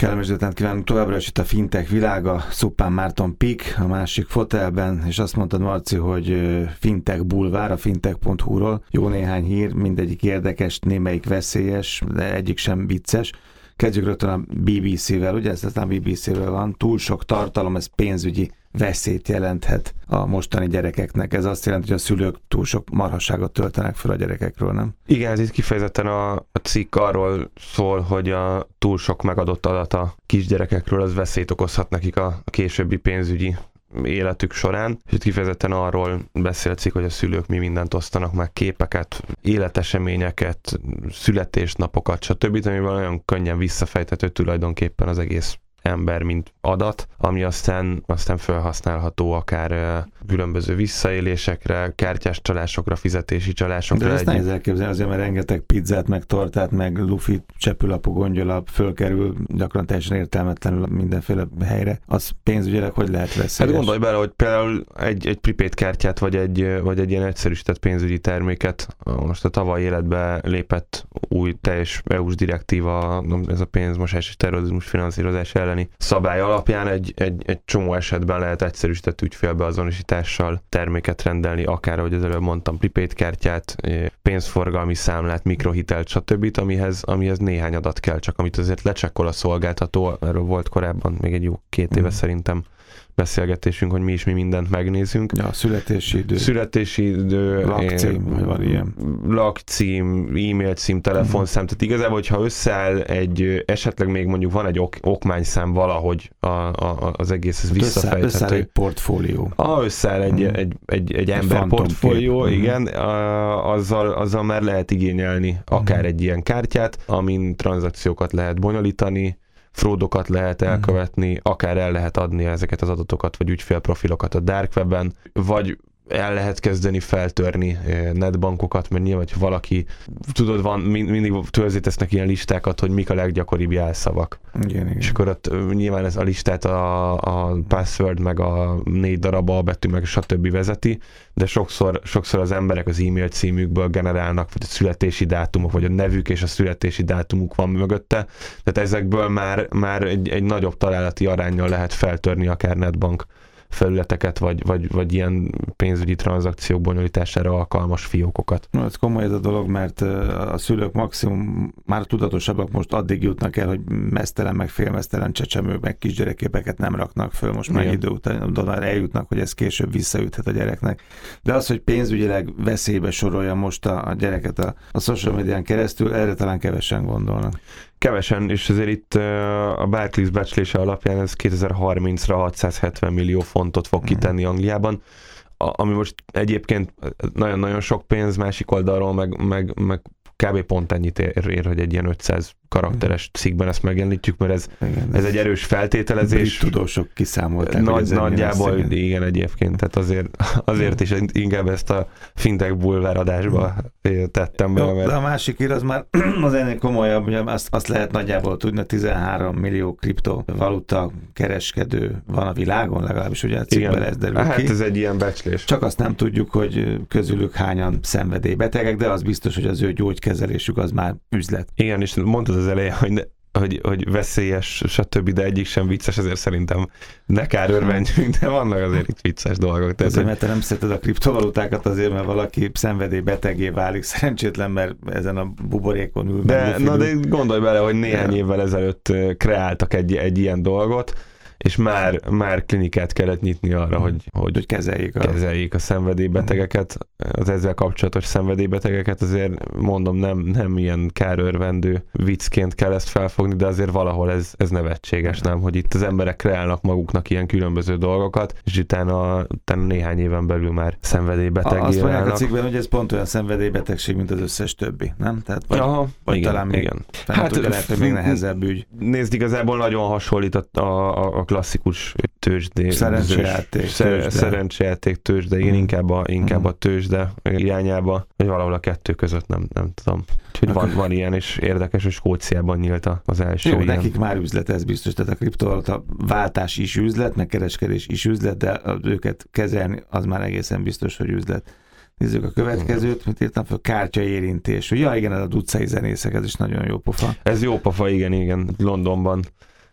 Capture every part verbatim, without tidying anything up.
Kellemes délután kívánunk, továbbra is itt a fintech világa, Szuppán Márton Pik, a másik fotelben, és azt mondtad, Marci, hogy fintech bulvár a fintech pont hu-ról. Jó néhány hír, mindegyik érdekes, némelyik veszélyes, de egyik sem vicces. Kezdjük rögtön a bé bé cé-vel, ugye ez aztán bé bé cé-ről van, túl sok tartalom, ez pénzügyi veszélyt jelenthet a mostani gyerekeknek. Ez azt jelenti, hogy a szülők túl sok marhasságot töltenek fel a gyerekekről, nem? Igen, ez itt kifejezetten a, a cikk arról szól, hogy a túl sok megadott adat a kisgyerekekről az veszélyt okozhat nekik a későbbi pénzügyi életük során, és itt kifejezetten arról beszél a cikk, hogy a szülők mi mindent osztanak meg, képeket, életeseményeket, születésnapokat, stb., amivel nagyon könnyen visszafejthető tulajdonképpen az egész ember, mint adat, ami aztán, aztán felhasználható akár különböző visszaélésekre, kártyás csalásokra, fizetési csalásokra. De ezt nehéz elképzelni, azért, mert rengeteg pizzát, meg tortát, meg lufit, csepülapú gongyolap fölkerül, gyakran teljesen értelmetlenül mindenféle helyre. Az pénzügyileg hogy lehet veszélyes? Hát gondolj bele, hogy például egy, egy prepaid kártyát, vagy egy, vagy egy ilyen egyszerűsített pénzügyi terméket, most a tavaly életbe lépett új teljes é u-s direktíva, ez a pénzmosás és terrorizmus finanszírozás elleni szabály alapján egy, egy, egy csomó esetben lehet egyszerűsített ügyfélbeazonosítással terméket rendelni, akár, ahogy az előbb mondtam, prepaid kártyát, pénzforgalmi számlát, mikrohitelt, stb., amihez, amihez néhány adat kell, csak amit azért lecsekkol a szolgáltató, erről volt korábban még egy jó két éve mm. szerintem beszélgetésünk, hogy mi is mi mindent megnézünk. Ja, születési idő. Születési idő. Lakcím, vagy van ilyen. Lakcím, e-mail cím, telefonszám. Tehát igazából, hogyha összeáll egy, esetleg még mondjuk van egy ok, okmányszám valahogy a, a, az egész, ez visszafejthető. Összeáll egy portfólió. Ah, összeáll egy, mm. egy, egy, egy ember portfólió, igen, a, azzal, azzal már lehet igényelni akár mm. egy ilyen kártyát, amin tranzakciókat lehet bonyolítani, fraudokat lehet elkövetni, akár el lehet adni ezeket az adatokat, vagy ügyfélprofilokat a dark webben, vagy el lehet kezdeni feltörni netbankokat, mert nyilván, hogy valaki, tudod, van, mindig tőzítesznek ilyen listákat, hogy mik a leggyakoribb jelszavak. Igen, igen. És akkor ott nyilván ez a listát a, a password, meg a négy darab albetű, meg stb. Vezeti, de sokszor, sokszor az emberek az e-mail címükből generálnak, vagy a születési dátumok, vagy a nevük és a születési dátumuk van mögötte. Tehát ezekből már, már egy, egy nagyobb találati aránnyal lehet feltörni akár netbank felületeket, vagy, vagy, vagy ilyen pénzügyi tranzakciók bonyolítására alkalmas fiókokat. No, ez komoly ez a dolog, mert a szülők maximum már tudatosabbak most addig jutnak el, hogy meztelen, meg félmeztelen csecsemő, meg kisgyerekképeket nem raknak föl, most már idő után oda eljutnak, hogy ez később visszaüthet a gyereknek. De az, hogy pénzügyileg veszélybe sorolja most a, a gyereket a, a social médián keresztül, erre talán kevesen gondolnak. Kevesen, és azért itt a Barclays becslése alapján ez kétezer-harmincra hatszázhetven millió fontot fog kitenni Angliában, ami most egyébként nagyon-nagyon sok pénz, másik oldalról meg, meg, meg kb. Pont ennyit ér, ér, hogy egy ilyen ötszáz karakteres cikkben ezt megjelenítjük, mert ez, igen, ez, ez egy erős feltételezés. Brit tudósok kiszámolták. Nagy, nagyjából igen. igen egyébként, tehát azért, azért is inkább ezt a fintech bulvár adásba tettem be. Jó, mert... De a másik ír az már az ennél komolyabb, ugye azt, azt lehet nagyjából tudni, tizenhárom millió kriptovaluta kereskedő van a világon, legalábbis ugye a cikkben ez derül hát ki. ez egy ilyen becslés. Csak azt nem tudjuk, hogy közülük hányan szenvedélybetegek, de az biztos, hogy az ő gyógykezelésük az már üzlet. Igen, és mondtad az elején, hogy, hogy, hogy veszélyes, stb., de egyik sem vicces, ezért szerintem ne kár örvendjünk, de vannak azért itt vicces dolgok. Tehát, azért, mert te nem szereted a kriptovalutákat azért, mert valaki szenvedélybetegé válik, szerencsétlen, mert ezen a buborékon ül. De, na de gondolj bele, hogy néhány de. évvel ezelőtt kreáltak egy, egy ilyen dolgot, és már, már klinikát kellett nyitni arra, hogy, hogy, hogy kezeljék, a... kezeljék a szenvedélybetegeket, az ezzel kapcsolatos szenvedélybetegeket, azért mondom, nem, nem ilyen kárörvendő viccként kell ezt felfogni, de azért valahol ez, ez nevetséges, nem? Hogy itt az emberek kreálnak maguknak ilyen különböző dolgokat, és utána, utána néhány éven belül már szenvedélybetegé válnak. Azt mondják a cikkben, hogy ez pont olyan szenvedélybetegség, mint az összes többi, nem? Tehát vagy, Aha, vagy igen, talán még, igen. Hát tudja, lehet, hogy még nehezebb ügy. Nézd, igazából nagyon hasonlít a, a, a klasszikus tőzsdé. Szerencsejáték. Szer, szerencsejáték tőzsde, igen, mm. inkább, a, inkább mm. a tőzsde irányába, vagy valahol a kettő között, nem, nem tudom. Úgyhogy okay. van, van ilyen, és érdekes, hogy Skóciában nyílt az első Jó, ilyen. nekik már üzlet, ez biztos, tehát a kriptovaluta váltás is üzlet, meg kereskedés is üzlet, de őket kezelni az már egészen biztos, hogy üzlet. Nézzük a következőt, mit írtam fel, kártyaérintés. Ja, igen, ez a utcai zenészek, ez is nagyon jó pofa. Ez jó pofa, igen, igen, Londonban.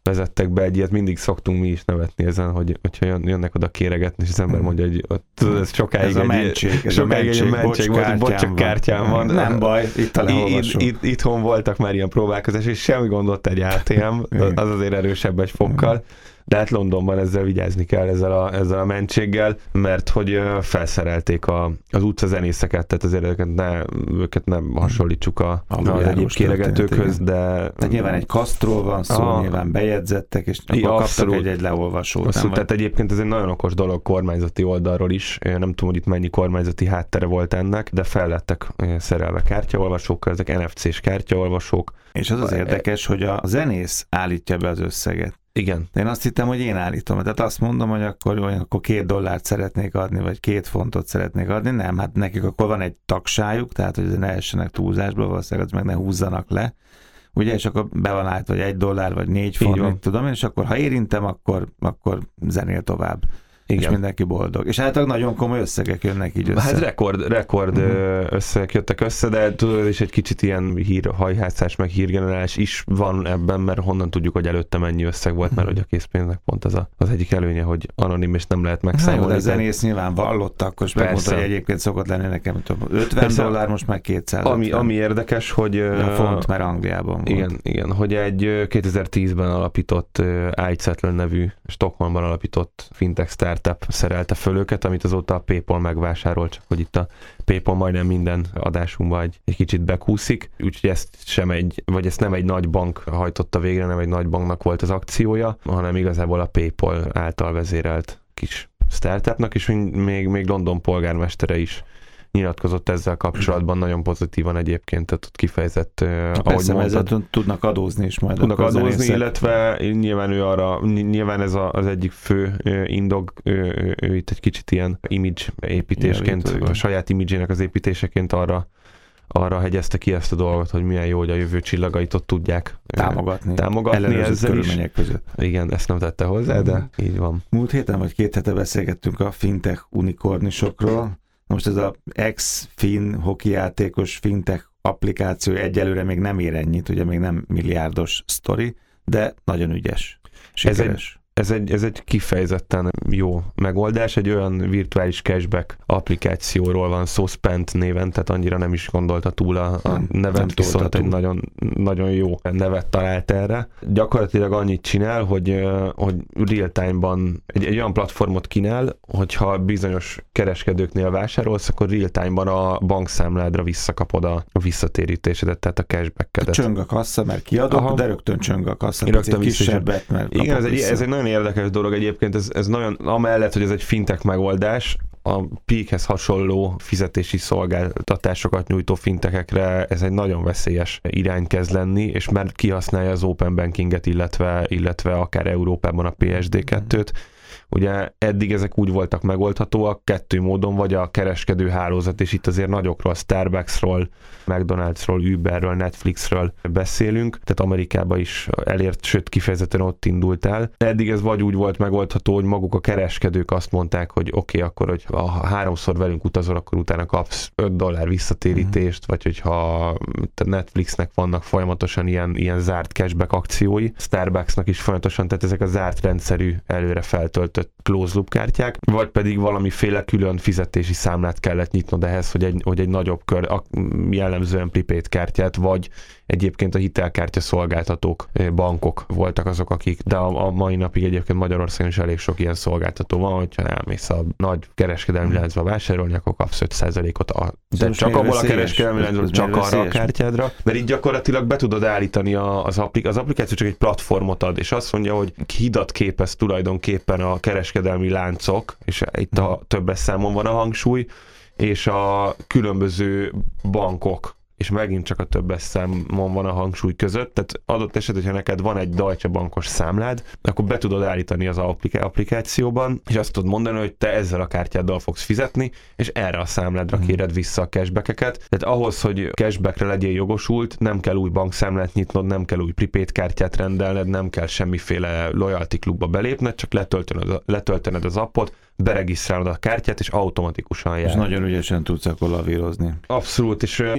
vezettek be egy ilyet, mindig szoktunk mi is nevetni ezen, hogy, hogyha jönnek oda kéregetni, és az ember mondja, hogy ott, ez sokáig ez a mentség, egy, ez sokáig a mentség, mentség bocs, csak kártyám van. Nem baj, itt a leolvasó. Itt, itthon voltak már ilyen próbálkozás, és semmi gondot egy á té em, az azért erősebb egy fokkal. De hát Londonban ezzel vigyázni kell, ezzel a, ezzel a mentséggel, mert hogy felszerelték a, az utcazenészeket, tehát azért őket ne, őket nem hasonlítsuk a, az egyéb kéregetőkhöz, de... de nyilván egy kasztról van szó, a... nyilván bejegyzettek, és akkor kaptak egy-egy leolvasót. Abszolút, tehát egyébként ez egy nagyon okos dolog kormányzati oldalról is, én nem tudom, hogy itt mennyi kormányzati háttere volt ennek, de fel lettek szerelve kártyaolvasók, ezek en ef cés kártyaolvasók. És az az érdekes, hogy a zenész állítja be az összeget. Igen. De én azt hittem, hogy én állítom. Tehát azt mondom, hogy akkor, hogy akkor két dollárt szeretnék adni, vagy két fontot szeretnék adni. Nem, hát nekik akkor van egy tagsájuk, tehát hogy ne essenek túlzásba, valószínűleg meg ne húzzanak le. Ugye, és akkor be van állt, vagy egy dollár, vagy négy font, mit tudom én, és akkor ha érintem, akkor, akkor zenél tovább. Igen. És mindenki boldog. És hát nagyon komoly összegek jönnek így össze. Hát rekord, rekord uh-huh. összegek jöttek össze, de tudod, és egy kicsit ilyen hírhajhátszás, meg hírgenerálás is van ebben, mert honnan tudjuk, hogy előtte mennyi összeg volt, mert hogy a készpénznek pont az a, az egyik előnye, hogy anonim és nem lehet megszámolni. Hát, de zenész nyilván vallotta, akkor is megmondta, hogy egyébként szokott lenni nekem ötven Persze. dollár, most már kétszáz. Ami, ami érdekes, hogy... A font, mert Angliában volt. Igen, igen, hogy egy kétezer-tízben alapított iSettle nevű, Stockholmban alapított fintech startup szerelte föl őket, amit azóta a PayPal megvásárolt, csak hogy itt a PayPal majdnem minden adásunkban egy, egy kicsit bekúszik, úgyhogy ezt sem egy, vagy ezt nem egy nagy bank hajtotta végre, nem egy nagy banknak volt az akciója, hanem igazából a PayPal által vezérelt kis startupnak, és még, még London polgármestere is nyilatkozott ezzel kapcsolatban, nagyon pozitívan egyébként, tehát ott kifejezett, ahogy persze, mondtad, ezzel tudnak adózni is majd. Tudnak adózni, zenészek. Illetve nyilván ő arra, nyilván ez a, az egyik fő indok, ő, ő itt egy kicsit ilyen image építésként, ja, a saját imidzsének az építéseként arra arra hegyezte ki ezt a dolgot, hogy milyen jó, hogy a jövő csillagait ott tudják támogatni, támogatni ezzel is. Között. Igen, ezt nem tette hozzá, de mm. így van. Múlt héten vagy két hete beszélgettünk a fintech unikornisokról. Most ez a ex-fin hoki játékos fintech applikáció egyelőre még nem ér ennyit, ugye még nem milliárdos sztori, de nagyon ügyes, sikeres. Ez egy, ez egy kifejezetten jó megoldás, egy olyan virtuális cashback applikációról van szó, Spent néven, tehát annyira nem is gondolta túl a, a nem, nevet, nem viszont egy nagyon, nagyon jó nevet talált erre. Gyakorlatilag annyit csinál, hogy, hogy real-time-ban egy, egy olyan platformot kínál, hogyha bizonyos kereskedőknél vásárolsz, akkor real-time-ban a bankszámládra visszakapod a visszatérítésedet, tehát a cashback-edet. Csöng a kassa, mert kiadok, Aha. de rögtön csöng a kassa, rögtön kisebbet, mert igen, ez egy, ez egy nagyon érdekes dolog egyébként, ez, ez nagyon, amellett, hogy ez egy fintech megoldás, a Peakhez hasonló fizetési szolgáltatásokat nyújtó fintechekre ez egy nagyon veszélyes irány kezd lenni, és már kihasználja az open bankinget, illetve, illetve akár Európában a pé es dé kettőt. Ugye eddig ezek úgy voltak megoldhatóak, kettő módon, vagy a kereskedő hálózat, és itt azért nagyokról, Starbucksról, McDonald'sról, Uberről, Netflixről beszélünk, tehát Amerikában is elért, sőt kifejezetten ott indult el. Eddig ez vagy úgy volt megoldható, hogy maguk a kereskedők azt mondták, hogy oké, okay, akkor, hogy ha háromszor velünk utazol, akkor utána kapsz öt dollár visszatérítést, mm. vagy hogyha Netflixnek vannak folyamatosan ilyen, ilyen zárt cashback akciói, Starbucksnak is folyamatosan, tehát ezek a zárt rendszerű előre feltölt close loop kártyák, vagy pedig valamiféle külön fizetési számlát kellett nyitnod ehhez, hogy egy, hogy egy nagyobb kör, jellemzően prepaid kártyát, vagy egyébként a hitelkártya szolgáltatók, bankok voltak azok, akik, de a, a mai napig egyébként Magyarországon is elég sok ilyen szolgáltató van, hogyha elmész a nagy kereskedelmi láncba vásárolni, akkor kapsz öt százalékot, a, de csak abból a kereskedelmi láncból, csak arra a kártyádra, mert így gyakorlatilag be tudod állítani a, az, applik, az applikáció csak egy platformot ad, és azt mondja, hogy hidat képez tulajdonképpen a kereskedelmi láncok, és itt a többes számon van a hangsúly, és a különböző bankok, és megint csak a többes számon van a hangsúly között, tehát adott esetben, hogyha neked van egy Deutsche Bankos számlád, akkor be tudod állítani az applikációban, és azt tudod mondani, hogy te ezzel a kártyáddal fogsz fizetni, és erre a számládra kéred vissza a cashbackeket. Tehát ahhoz, hogy cashbackre legyél jogosult, nem kell új bankszámlát nyitnod, nem kell új prepaid kártyát rendelned, nem kell semmiféle loyalty klubba belépned, csak letöltened, letöltened az appot, beregisztrálod a kártyát, és automatikusan jár. És nagyon ügyesen tudsz akkor lavírozni. Abszolút, és érdekes,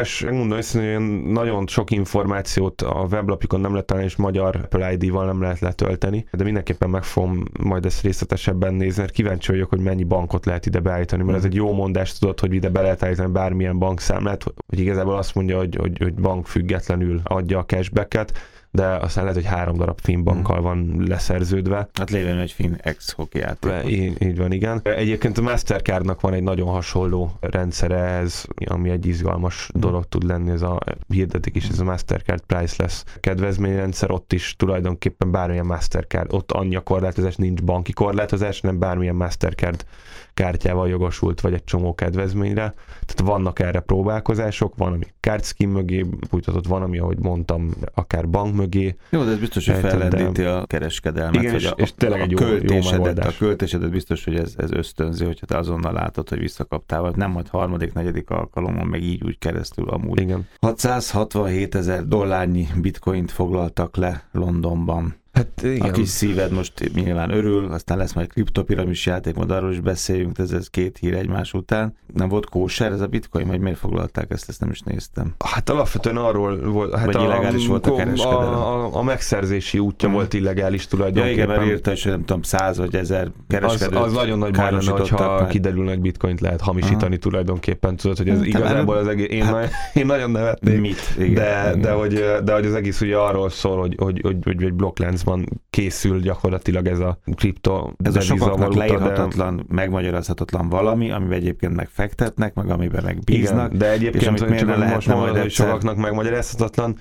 érdekes, mondom őszintén, hogy nagyon sok információt a weblapjukon nem lehet találni, és magyar Apple i dé-val nem lehet letölteni, de mindenképpen meg fogom majd ezt részletesebben nézni, mert kíváncsi vagyok, hogy mennyi bankot lehet ide beállítani, mert ez egy jó mondás, tudod, hogy ide be lehet állítani bármilyen bankszámlát, hogy igazából azt mondja, hogy, hogy, hogy bank függetlenül adja a cashbacket, de aztán lehet, hogy három darab finn bankkal van leszerződve. Hát lévén egy finn ex-hockey játék. Így, így van, igen. Egyébként a Mastercardnak van egy nagyon hasonló rendszere ez, ami egy izgalmas dolog tud lenni, ez a hirdetik is, ez a Mastercard Priceless kedvezményrendszer, ott is tulajdonképpen bármilyen Mastercard, ott annyi a korlátozás, nincs banki korlátozás, nem bármilyen Mastercard kártyával jogosult, vagy egy csomó kedvezményre. Tehát vannak erre próbálkozások, van, ami card scheme mögé bújtatott, van, ami, ahogy mondtam, akár bank mögé. Jó, de ez biztos, hogy fellendíti a kereskedelmet. Igen, és, a, és tényleg egy jó, költésedet, jó a költésedet biztos, hogy ez, ez ösztönző, hogyha te azonnal látod, hogy visszakaptál, vagy nem majd harmadik, negyedik alkalommal, meg így úgy keresztül amúgy. Igen. hatszázhatvanhétezer dollárnyi bitcoint foglaltak le Londonban. Hát igen. A kis szíved most nyilván örül, aztán lesz majd kriptopiramis játék, majd arról is beszéljünk, ez, ez két hír egymás után. Nem volt kóser ez a bitcoin, vagy miért foglalták ezt, ezt nem is néztem. Hát alapvetően arról volt, hát vagy a, illegális volt a kereskedelem. A, a, a megszerzési útja hmm. volt illegális tulajdonképpen. Ja igen, mert írta, hogy nem tudom, száz vagy ezer kereskedőt Az, az nagyon nagy baj lenne, hogyha már. kiderülne, hogy bitcoint lehet hamisítani Aha. tulajdonképpen, tudod, hogy ez hmm, igazából az egész, én, hát, nagy, én nagyon nevetnék. Mit? Igen, de, igen. De, hogy, de hogy az egész ugye arról szól, hogy, hogy, hogy, hogy egy blokkláncban készül gyakorlatilag ez a kripto. Ez a sokaknak leírhatatlan, de... megmagyarázhatatlan valami, amiben egyébként megfektetnek, meg amiben megbíznak. Igen, de egyébként, hogy csak most mondod, hogy sokaknak megmagyarázhatatlan.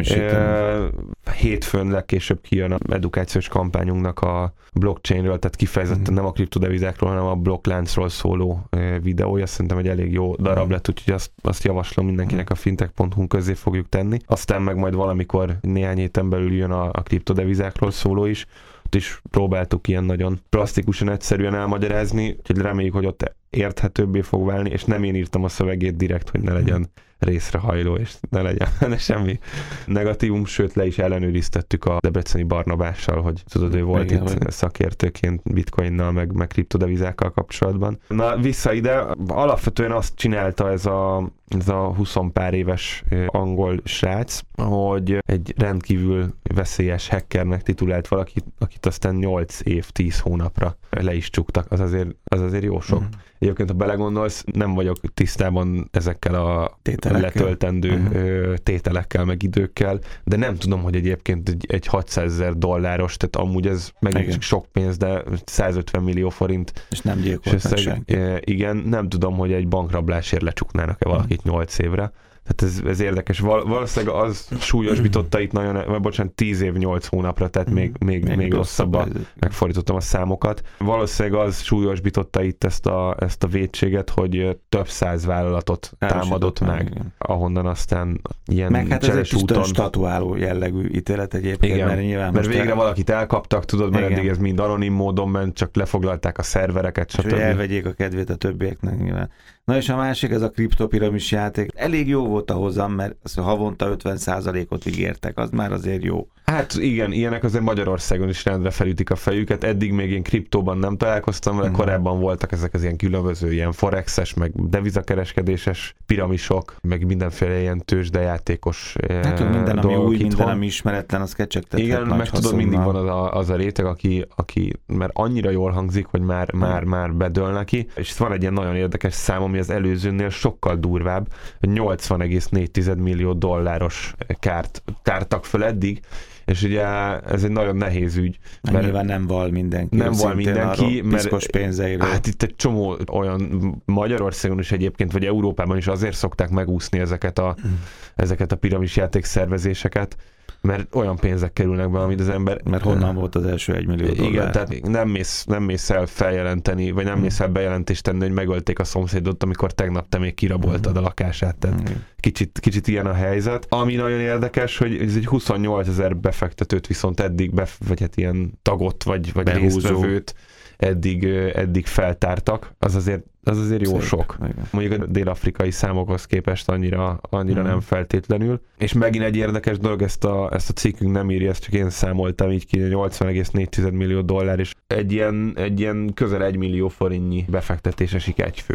E, hétfőn legkésőbb kijön a edukációs kampányunknak a blockchainről, tehát kifejezetten hmm. nem a kriptodevizákról, hanem a blokkláncról szóló videója. Szerintem egy elég jó darab lett, úgyhogy azt, azt javaslom mindenkinek, a fintech pont hu közé fogjuk tenni. Aztán meg majd valamikor néhány héten belül jön a, a kriptodevizákról szóló is. Ott is próbáltuk ilyen nagyon plastikusan, egyszerűen elmagyarázni, úgyhogy reméljük, hogy ott érthetőbbé fog válni, és nem én írtam a szövegét direkt, hogy ne legyen részrehajló, és ne legyen ne semmi negatívum, sőt le is ellenőriztettük a debreceni Barnabással, hogy tudod, ő volt igen, itt vagy. szakértőként bitcoinnal, meg, meg kriptodevizákkal kapcsolatban. Na, vissza ide, alapvetően azt csinálta ez a, ez a húsz pár éves angol srác, hogy egy rendkívül veszélyes hackernek titulált valakit, akit aztán nyolc év, tíz hónapra le is csuktak. Az azért, az azért jó sok. Mm. Egyébként, ha belegondolsz, nem vagyok tisztában ezekkel a tételekkel. letöltendő uh-huh. tételekkel, meg időkkel, de nem tudom, hogy egyébként egy, egy hatszázezer dolláros, tehát amúgy ez megint csak sok pénz, de százötven millió forint. És nem gyilkoltak senki. Igen, nem tudom, hogy egy bankrablásért lecsuknának-e valakit nyolc évre. Tehát ez, ez érdekes. Val- valószínűleg az súlyosbította itt nagyon, vagy bocsánat, tíz év, nyolc hónapra, tehát mm. még, még, még, még rosszabbban megfordítottam a számokat. Valószínűleg az súlyosbította itt ezt a, ezt a vétséget, hogy több száz vállalatot támadott meg, igen. ahonnan aztán ilyen meg hát ez egy úton... statuáló jellegű ítélet egyébként, igen, mert nyilván mert végre el... valakit elkaptak, tudod, mert igen. eddig ez mind anonim módon ment, csak lefoglalták a szervereket, stb. És hogy elvegyék a kedvét a többieknek nyilván. Na és a másik, ez a kriptopiramis játék. Elég jó volt a hozam, mert havonta ötven százalékot ígértek, az már azért jó. Hát igen, ilyenek azért Magyarországon is rendre felütik a fejüket. Eddig még én kriptóban nem találkoztam, mert uh-huh. korábban voltak ezek az ilyen különböző ilyen forexes, meg devizakereskedéses piramisok, meg mindenféle ilyen tőzsdejátékos hát, eh, minden, ami új, minden, van. ami ismeretlen, az kecsegtethet. Igen, meg tudod, mindig van az a, az a réteg, aki, aki mert annyira jól hangzik, hogy már, uh-huh. már, már bedől neki, és van egy ilyen nagyon érdekes szám, ami az előzőnél sokkal durvább, nyolcvan egész négy millió dolláros kárt tártak föl eddig, és ugye ez egy nagyon nehéz ügy. Mert nyilván nem val mindenki. Nem val mindenki, mert pénzeiről. Hát itt egy csomó olyan Magyarországon is egyébként, vagy Európában is azért szokták megúszni ezeket a, mm. ezeket a piramisjáték szervezéseket, mert olyan pénzek kerülnek be, amit az ember... Mert honnan volt az első egymillió dollár? Igen, tehát nem mész, nem mész el feljelenteni, vagy nem mm. mész el bejelentést tenni, hogy megölték a szomszédot, amikor tegnap te még kiraboltad mm. a lakását. Tehát mm. kicsit, kicsit ilyen a helyzet. Ami nagyon érdekes, hogy ez egy huszonnyolc ezer befektetőt viszont eddig, bef, vagy hát ilyen tagot, vagy, vagy résztvevőt eddig, eddig feltártak. Az azért az azért jó Szép. sok. Igen. Mondjuk a dél-afrikai számokhoz képest annyira, annyira mm. nem feltétlenül. És megint egy érdekes dolog, ezt a, ezt a cikkünk nem írja, ezt csak én számoltam így ki, nyolcvan egész négy millió dollár, és egy ilyen, egy ilyen közel egy millió forintnyi befektetés esik egy főre.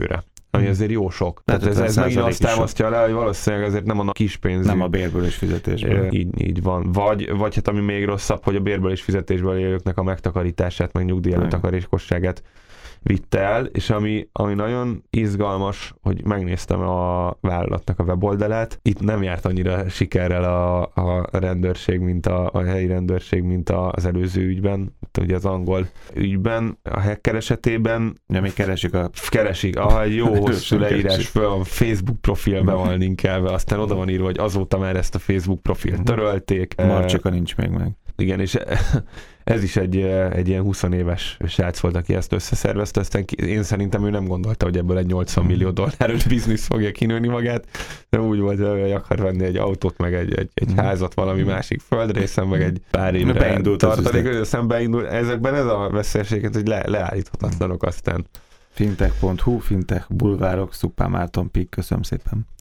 ami Hmm. azért jó sok. Tehát Tehát ez, ez megint azt is támasztja le, hogy valószínűleg azért nem a kis pénzű. Nem a bérből és fizetésből. Ö, Így, így van. Vagy, vagy hát ami még rosszabb, hogy a bérből és fizetésből élőknek a megtakarítását, meg nyugdíj előtt takarékosságát vitte el, és ami, ami nagyon izgalmas, hogy megnéztem a vállalatnak a weboldalát, itt nem járt annyira sikerrel a, a rendőrség, mint a, a helyi rendőrség, mint az előző ügyben, ugye az angol ügyben, a hacker esetében Ja, még keresik a... keresik, ah, egy jó hosszú leírás föl, a Facebook profil be van linkelve, aztán oda van írva, hogy azóta már ezt a Facebook profilt törölték. Marcsika nincs még meg. Igen, és ez is egy, egy ilyen húsz éves srác volt, aki ezt összeszervezte, aztán én szerintem ő nem gondolta, hogy ebből egy nyolcvan millió dolláros biznisz fogja kinőni magát, de úgy volt, hogy akar venni egy autót, meg egy, egy, egy házat valami másik földrészen, meg egy pár évre tartalék, aztán beindult. Ezekben ez a veszélységet, hogy le, leállíthatatlanok aztán. fintech pont hu, fintech bulvárok, Szuppán Márton Pik, köszönöm szépen.